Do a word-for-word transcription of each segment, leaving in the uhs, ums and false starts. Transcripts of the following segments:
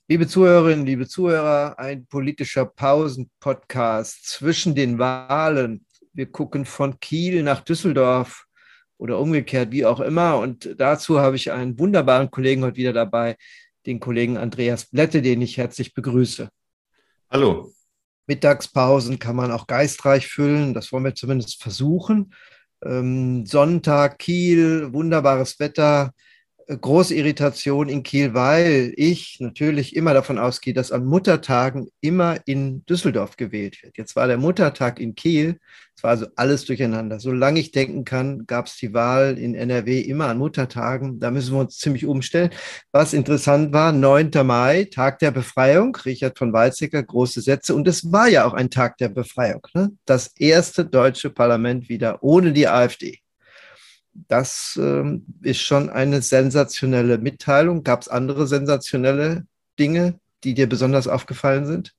Liebe Zuhörerinnen, liebe Zuhörer, ein politischer Pausen-Podcast zwischen den Wahlen. Wir gucken von Kiel nach Düsseldorf oder umgekehrt, wie auch immer. Und dazu habe ich einen wunderbaren Kollegen heute wieder dabei, den Kollegen Andreas Blätte, den ich herzlich begrüße. Hallo. Mittagspausen kann man auch geistreich füllen, das wollen wir zumindest versuchen. Ähm, Sonntag, Kiel, wunderbares Wetter. Große Irritation in Kiel, weil ich natürlich immer davon ausgehe, dass an Muttertagen immer in Düsseldorf gewählt wird. Jetzt war der Muttertag in Kiel, es war also alles durcheinander. Solange ich denken kann, gab es die Wahl in N R W immer an Muttertagen. Da müssen wir uns ziemlich umstellen. Was interessant war, neunter Mai, Tag der Befreiung, Richard von Weizsäcker, große Sätze. Und es war ja auch ein Tag der Befreiung. Ne? Das erste deutsche Parlament wieder ohne die AfD. Das ähm, ist schon eine sensationelle Mitteilung. Gab es andere sensationelle Dinge, die dir besonders aufgefallen sind?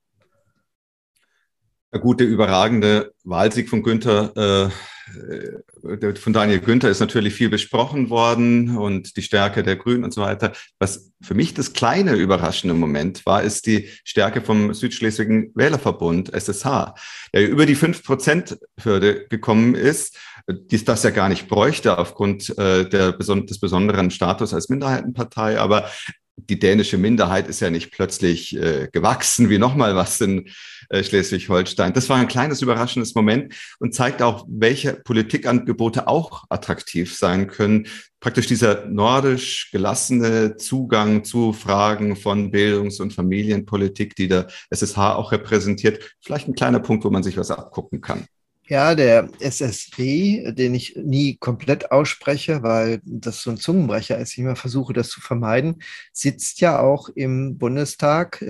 Der gute, überragende Wahlsieg von Günther, äh, von Daniel Günther ist natürlich viel besprochen worden und die Stärke der Grünen und so weiter. Was für mich das kleine überraschende Moment war, ist die Stärke vom Südschleswigen Wählerverbund, S S H, der über die fünf Prozent Hürde gekommen ist, die das ja gar nicht bräuchte aufgrund äh, der, des besonderen Status als Minderheitenpartei, aber die dänische Minderheit ist ja nicht plötzlich äh, gewachsen wie nochmal was in äh, Schleswig-Holstein. Das war ein kleines überraschendes Moment und zeigt auch, welche Politikangebote auch attraktiv sein können. Praktisch dieser nordisch gelassene Zugang zu Fragen von Bildungs- und Familienpolitik, die der S S H auch repräsentiert. Vielleicht ein kleiner Punkt, wo man sich was abgucken kann. Ja, der S S W, den ich nie komplett ausspreche, weil das so ein Zungenbrecher ist, ich immer versuche, das zu vermeiden, sitzt ja auch im Bundestag.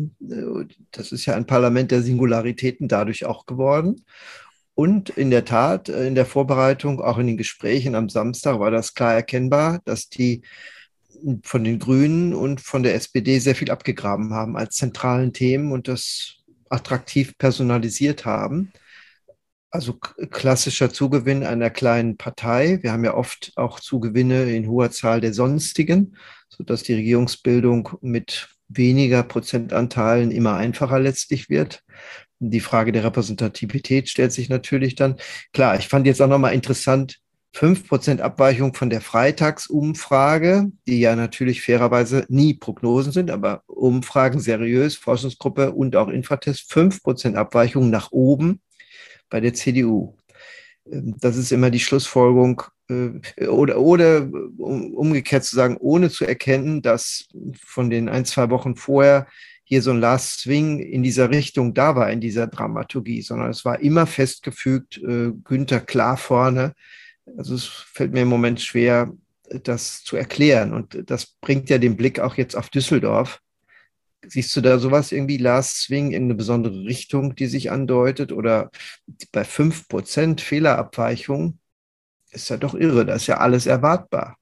Das ist ja ein Parlament der Singularitäten dadurch auch geworden. Und in der Tat, in der Vorbereitung, auch in den Gesprächen am Samstag, war das klar erkennbar, dass die von den Grünen und von der S P D sehr viel abgegraben haben als zentralen Themen und das attraktiv personalisiert haben. Also klassischer Zugewinn einer kleinen Partei. Wir haben ja oft auch Zugewinne in hoher Zahl der Sonstigen, sodass die Regierungsbildung mit weniger Prozentanteilen immer einfacher letztlich wird. Die Frage der Repräsentativität stellt sich natürlich dann. Klar, ich fand jetzt auch nochmal interessant, fünf Prozent Abweichung von der Freitagsumfrage, die ja natürlich fairerweise nie Prognosen sind, aber Umfragen seriös, Forschungsgruppe und auch Infratest, fünf Prozent Abweichung nach oben bei der C D U. Das ist immer die Schlussfolgerung, oder, oder um, umgekehrt zu sagen, ohne zu erkennen, dass von den ein, zwei Wochen vorher hier so ein Last Swing in dieser Richtung da war, in dieser Dramaturgie, sondern es war immer festgefügt, äh, Günther klar vorne. Also es fällt mir im Moment schwer, das zu erklären. Und das bringt ja den Blick auch jetzt auf Düsseldorf. Siehst du da sowas irgendwie, Last Swing, irgendeine besondere Richtung, die sich andeutet? Oder bei fünf Prozent Fehlerabweichung ist ja doch irre, da ist ja alles erwartbar.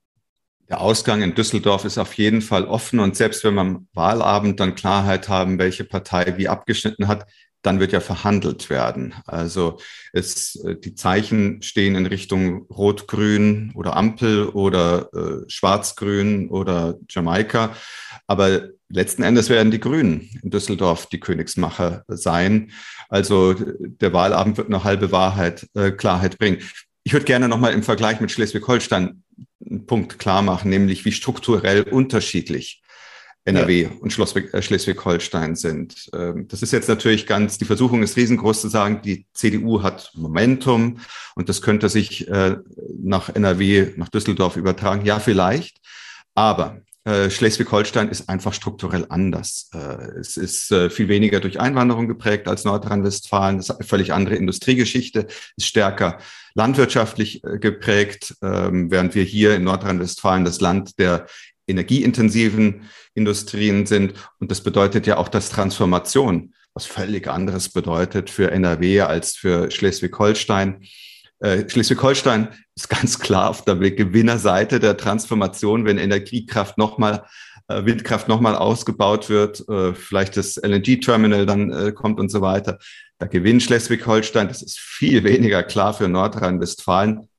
Der Ausgang in Düsseldorf ist auf jeden Fall offen und selbst wenn wir am Wahlabend dann Klarheit haben, welche Partei wie abgeschnitten hat, dann wird ja verhandelt werden. Also es, die Zeichen stehen in Richtung Rot-Grün oder Ampel oder äh, Schwarz-Grün oder Jamaika. Aber letzten Endes werden die Grünen in Düsseldorf die Königsmacher sein. Also der Wahlabend wird eine halbe Wahrheit, äh, Klarheit bringen. Ich würde gerne nochmal im Vergleich mit Schleswig-Holstein einen Punkt klar machen, nämlich wie strukturell unterschiedlich N R W ja. und Schleswig-Holstein sind. Das ist jetzt natürlich ganz, die Versuchung ist riesengroß zu sagen, die C D U hat Momentum und das könnte sich nach N R W, nach Düsseldorf übertragen. Ja, vielleicht, aber Schleswig-Holstein ist einfach strukturell anders. Es ist viel weniger durch Einwanderung geprägt als Nordrhein-Westfalen. Es hat eine völlig andere Industriegeschichte, ist stärker landwirtschaftlich geprägt, während wir hier in Nordrhein-Westfalen das Land der energieintensiven Industrien sind. Und das bedeutet ja auch, dass Transformation was völlig anderes bedeutet für N R W als für Schleswig-Holstein. Äh, Schleswig-Holstein ist ganz klar auf der Gewinnerseite der Transformation, wenn Energiekraft nochmal, äh, Windkraft nochmal ausgebaut wird, äh, vielleicht das L N G-Terminal dann äh, kommt und so weiter. Da gewinnt Schleswig-Holstein. Das ist viel weniger klar für Nordrhein-Westfalen.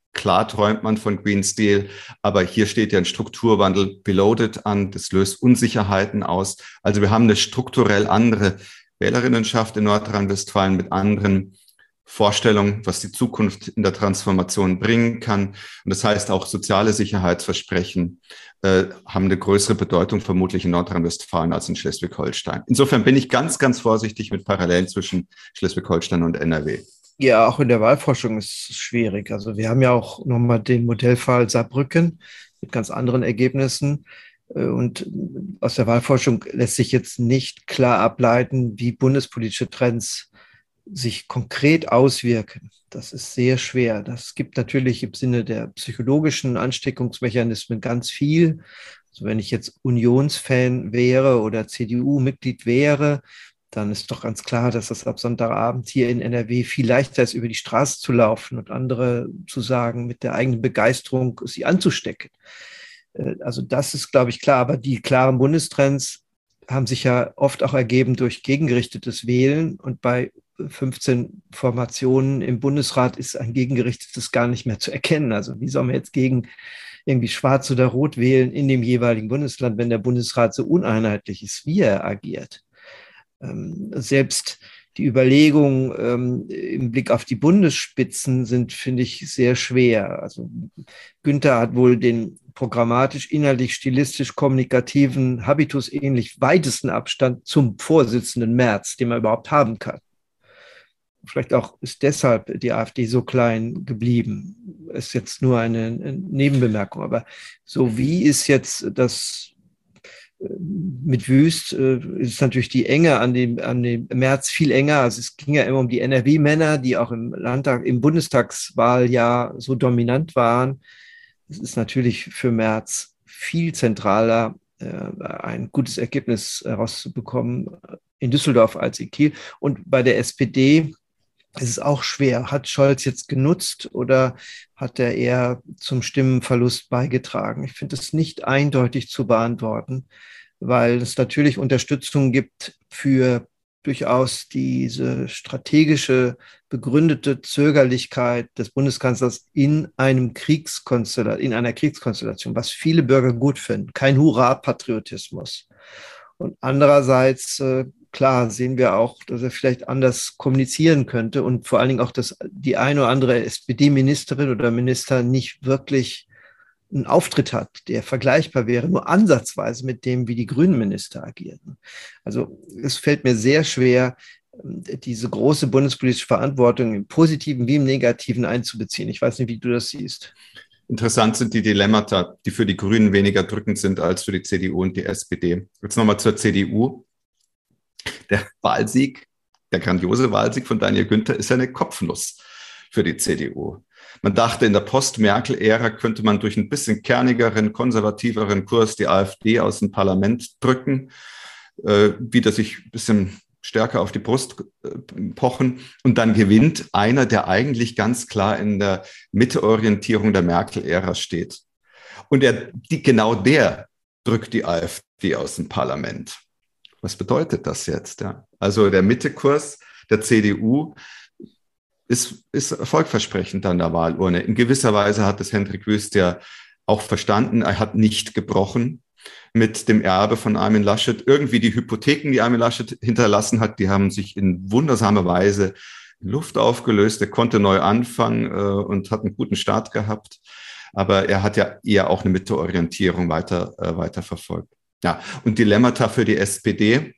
Klar träumt man von Green Steel, aber hier steht ja ein Strukturwandel beloaded an. Das löst Unsicherheiten aus. Also wir haben eine strukturell andere Wählerinnenschaft in Nordrhein-Westfalen mit anderen Vorstellungen, was die Zukunft in der Transformation bringen kann. Und das heißt, auch soziale Sicherheitsversprechen äh, haben eine größere Bedeutung vermutlich in Nordrhein-Westfalen als in Schleswig-Holstein. Insofern bin ich ganz, ganz vorsichtig mit Parallelen zwischen Schleswig-Holstein und N R W. Ja, auch in der Wahlforschung ist es schwierig. Also wir haben ja auch nochmal den Modellfall Saarbrücken mit ganz anderen Ergebnissen. Und aus der Wahlforschung lässt sich jetzt nicht klar ableiten, wie bundespolitische Trends sich konkret auswirken. Das ist sehr schwer. Das gibt natürlich im Sinne der psychologischen Ansteckungsmechanismen ganz viel. Also wenn ich jetzt Unionsfan wäre oder C D U-Mitglied wäre, dann ist doch ganz klar, dass das ab Sonntagabend hier in N R W viel leichter ist, über die Straße zu laufen und andere zu sagen, mit der eigenen Begeisterung sie anzustecken. Also das ist, glaube ich, klar. Aber die klaren Bundestrends haben sich ja oft auch ergeben durch gegengerichtetes Wählen. Und bei fünfzehn Formationen im Bundesrat ist ein gegengerichtetes gar nicht mehr zu erkennen. Also wie soll man jetzt gegen irgendwie schwarz oder rot wählen in dem jeweiligen Bundesland, wenn der Bundesrat so uneinheitlich ist, wie er agiert? Ähm, selbst die Überlegungen ähm, im Blick auf die Bundesspitzen sind, finde ich, sehr schwer. Also Günther hat wohl den programmatisch, inhaltlich, stilistisch, kommunikativen, habitusähnlich weitesten Abstand zum Vorsitzenden Merz, den man überhaupt haben kann. Vielleicht auch ist deshalb die AfD so klein geblieben. Ist jetzt nur eine, eine Nebenbemerkung. Aber so wie ist jetzt das mit Wüst, ist natürlich die Enge an dem, an dem Merz viel enger. Also es ging ja immer um die N R W-Männer, die auch im Landtag, im Bundestagswahljahr so dominant waren. Es ist natürlich für Merz viel zentraler, ein gutes Ergebnis herauszubekommen in Düsseldorf als in Kiel. Und bei der S P D ist es auch schwer. Hat Scholz jetzt genutzt oder hat er eher zum Stimmenverlust beigetragen? Ich finde es nicht eindeutig zu beantworten, weil es natürlich Unterstützung gibt für durchaus diese strategische, begründete Zögerlichkeit des Bundeskanzlers in einem Kriegskonstellation, in einer Kriegskonstellation, was viele Bürger gut finden. Kein Hurra-Patriotismus. Und andererseits, äh, klar, sehen wir auch, dass er vielleicht anders kommunizieren könnte und vor allen Dingen auch, dass die eine oder andere S P D-Ministerin oder Minister nicht wirklich einen Auftritt hat, der vergleichbar wäre, nur ansatzweise mit dem, wie die grünen Minister agierten. Also es fällt mir sehr schwer, diese große bundespolitische Verantwortung im Positiven wie im Negativen einzubeziehen. Ich weiß nicht, wie du das siehst. Interessant sind die Dilemmata, die für die Grünen weniger drückend sind als für die C D U und die S P D. Jetzt nochmal zur C D U. Der Wahlsieg, der grandiose Wahlsieg von Daniel Günther ist ja eine Kopfnuss für die C D U. Man dachte, in der Post-Merkel-Ära könnte man durch ein bisschen kernigeren, konservativeren Kurs die AfD aus dem Parlament drücken, äh, wieder sich ein bisschen stärker auf die Brust äh, pochen. Und dann gewinnt einer, der eigentlich ganz klar in der Mitteorientierung der Merkel-Ära steht. Und er, die, genau der drückt die AfD aus dem Parlament. Was bedeutet das jetzt? Ja? Also der Mittekurs der C D U ist, ist erfolgversprechend an der Wahlurne. In gewisser Weise hat es Hendrik Wüst ja auch verstanden. Er hat nicht gebrochen mit dem Erbe von Armin Laschet. Irgendwie die Hypotheken, die Armin Laschet hinterlassen hat, die haben sich in wundersamer Weise in Luft aufgelöst. Er konnte neu anfangen äh, und hat einen guten Start gehabt. Aber er hat ja eher auch eine Mitteorientierung weiter, äh, weiter verfolgt. Ja, und Dilemmata für die S P D.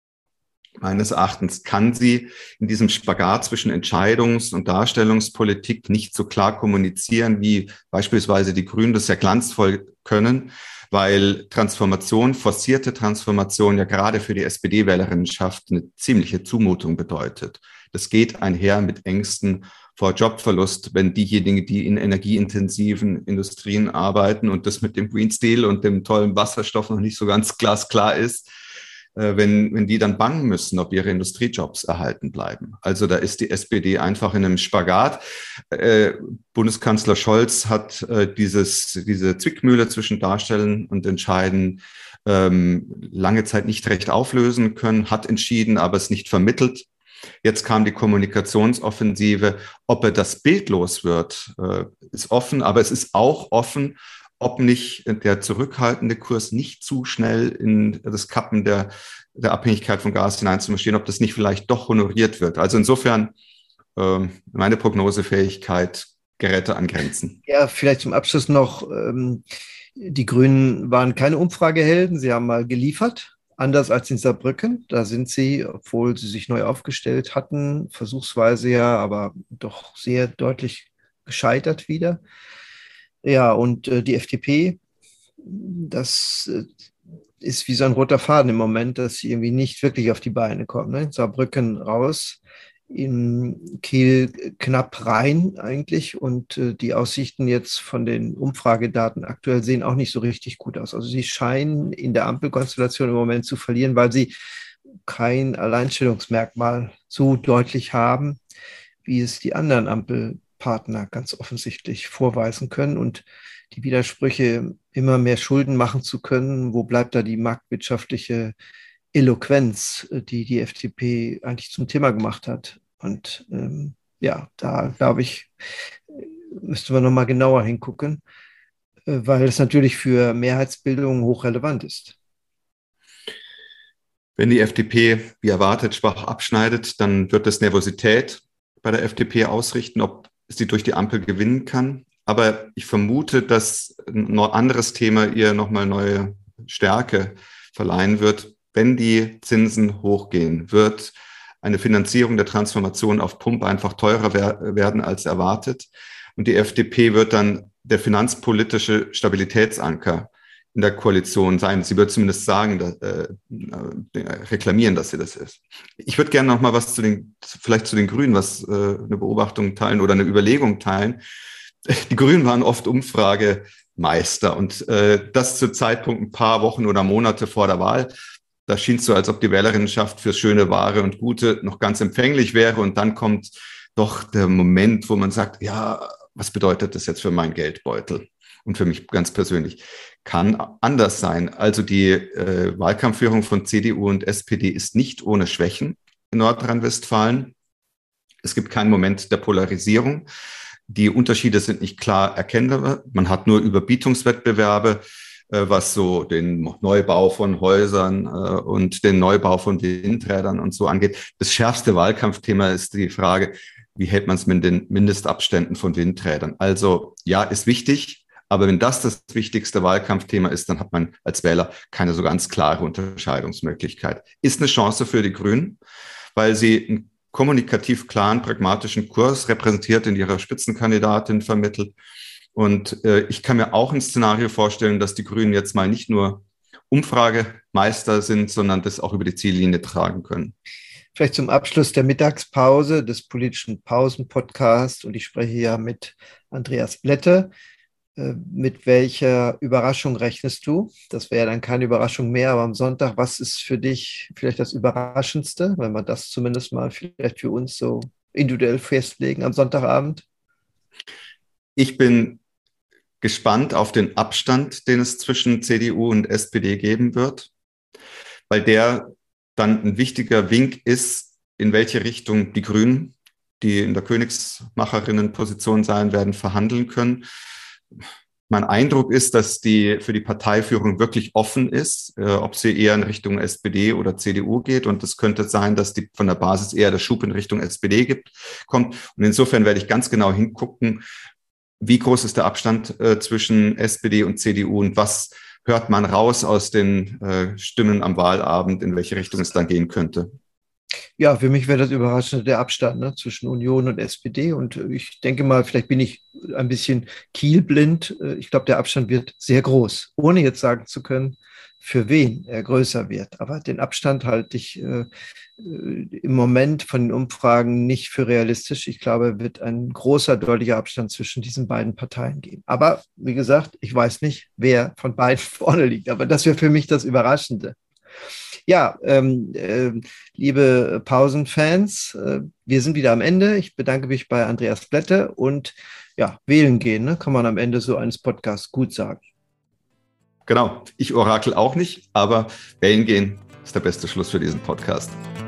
Meines Erachtens kann sie in diesem Spagat zwischen Entscheidungs- und Darstellungspolitik nicht so klar kommunizieren, wie beispielsweise die Grünen das ja glanzvoll können, weil Transformation, forcierte Transformation ja gerade für die S P D-Wählerinnenschaft eine ziemliche Zumutung bedeutet. Das geht einher mit Ängsten vor Jobverlust, wenn diejenigen, die in energieintensiven Industrien arbeiten und das mit dem Green Steel und dem tollen Wasserstoff noch nicht so ganz glasklar ist, wenn, wenn die dann bangen müssen, ob ihre Industriejobs erhalten bleiben. Also da ist die S P D einfach in einem Spagat. Äh, Bundeskanzler Scholz hat äh, dieses, diese Zwickmühle zwischen Darstellen und Entscheiden ähm, lange Zeit nicht recht auflösen können, hat entschieden, aber es nicht vermittelt. Jetzt kam die Kommunikationsoffensive. Ob er das Bild los wird, ist offen, aber es ist auch offen, ob nicht der zurückhaltende Kurs nicht zu schnell in das Kappen der, der Abhängigkeit von Gas hineinzumarschieren, ob das nicht vielleicht doch honoriert wird. Also insofern meine Prognosefähigkeit gerät an Grenzen. Ja, vielleicht zum Abschluss noch, ähm, die Grünen waren keine Umfragehelden, sie haben mal geliefert. Anders als in Saarbrücken, da sind sie, obwohl sie sich neu aufgestellt hatten, versuchsweise ja, aber doch sehr deutlich gescheitert wieder. Ja, und äh, die F D P, das äh, ist wie so ein roter Faden im Moment, dass sie irgendwie nicht wirklich auf die Beine kommen. Ne? In Saarbrücken raus, in Kiel knapp rein eigentlich und äh, die Aussichten jetzt von den Umfragedaten aktuell sehen auch nicht so richtig gut aus. Also sie scheinen in der Ampelkonstellation im Moment zu verlieren, weil sie kein Alleinstellungsmerkmal so deutlich haben, wie es die anderen Ampelpartner ganz offensichtlich vorweisen können und die Widersprüche, immer mehr Schulden machen zu können. Wo bleibt da die marktwirtschaftliche Eloquenz, die die F D P eigentlich zum Thema gemacht hat? Und ähm, ja, da glaube ich, müsste man nochmal genauer hingucken, äh, weil es natürlich für Mehrheitsbildung hochrelevant ist. Wenn die F D P, wie erwartet, schwach abschneidet, dann wird es Nervosität bei der F D P ausrichten, ob sie durch die Ampel gewinnen kann. Aber ich vermute, dass ein anderes Thema ihr nochmal neue Stärke verleihen wird. Wenn die Zinsen hochgehen, wird eine Finanzierung der Transformation auf Pump einfach teurer werden als erwartet. Und die F D P wird dann der finanzpolitische Stabilitätsanker in der Koalition sein. Sie wird zumindest sagen, dass, äh, reklamieren, dass sie das ist. Ich würde gerne noch mal was zu den, vielleicht zu den Grünen, was äh, eine Beobachtung teilen oder eine Überlegung teilen. Die Grünen waren oft Umfragemeister und äh, das zu Zeitpunkt ein paar Wochen oder Monate vor der Wahl. Da schien es so, als ob die Wählerinnenschaft fürs Schöne, Wahre und Gute noch ganz empfänglich wäre. Und dann kommt doch der Moment, wo man sagt, ja, was bedeutet das jetzt für meinen Geldbeutel? Und für mich ganz persönlich kann anders sein. Also die äh, Wahlkampfführung von C D U und S P D ist nicht ohne Schwächen in Nordrhein-Westfalen. Es gibt keinen Moment der Polarisierung. Die Unterschiede sind nicht klar erkennbar. Man hat nur Überbietungswettbewerbe, was so den Neubau von Häusern und den Neubau von Windrädern und so angeht. Das schärfste Wahlkampfthema ist die Frage, wie hält man es mit den Mindestabständen von Windrädern? Also ja, ist wichtig, aber wenn das das wichtigste Wahlkampfthema ist, dann hat man als Wähler keine so ganz klare Unterscheidungsmöglichkeit. Ist eine Chance für die Grünen, weil sie einen kommunikativ klaren, pragmatischen Kurs repräsentiert in ihrer Spitzenkandidatin vermittelt. Und äh, ich kann mir auch ein Szenario vorstellen, dass die Grünen jetzt mal nicht nur Umfragemeister sind, sondern das auch über die Ziellinie tragen können. Vielleicht zum Abschluss der Mittagspause des politischen Pausen-Podcasts, und ich spreche ja mit Andreas Blätter. Äh, mit welcher Überraschung rechnest du? Das wäre dann keine Überraschung mehr, aber am Sonntag, was ist für dich vielleicht das Überraschendste, wenn wir das zumindest mal vielleicht für uns so individuell festlegen am Sonntagabend? Ich bin gespannt auf den Abstand, den es zwischen C D U und S P D geben wird, weil der dann ein wichtiger Wink ist, in welche Richtung die Grünen, die in der Königsmacherinnenposition sein werden, verhandeln können. Mein Eindruck ist, dass die für die Parteiführung wirklich offen ist, äh, ob sie eher in Richtung S P D oder C D U geht. Und es könnte sein, dass die von der Basis eher der Schub in Richtung S P D gibt, kommt. Und insofern werde ich ganz genau hingucken, wie groß ist der Abstand äh, zwischen S P D und C D U und was hört man raus aus den äh, Stimmen am Wahlabend, in welche Richtung es dann gehen könnte. Ja, für mich wäre das überraschend der Abstand, ne, zwischen Union und S P D. Und ich denke mal, vielleicht bin ich ein bisschen kielblind. Ich glaube, der Abstand wird sehr groß, ohne jetzt sagen zu können, für wen er größer wird. Aber den Abstand halte ich äh, im Moment von den Umfragen nicht für realistisch. Ich glaube, es wird ein großer, deutlicher Abstand zwischen diesen beiden Parteien geben. Aber wie gesagt, ich weiß nicht, wer von beiden vorne liegt. Aber das wäre für mich das Überraschende. Ja, ähm, äh, liebe Pausenfans, äh, wir sind wieder am Ende. Ich bedanke mich bei Andreas Blätter und ja, wählen gehen, ne, kann man am Ende so eines Podcasts gut sagen. Genau, ich orakel auch nicht, aber wählen gehen ist der beste Schluss für diesen Podcast.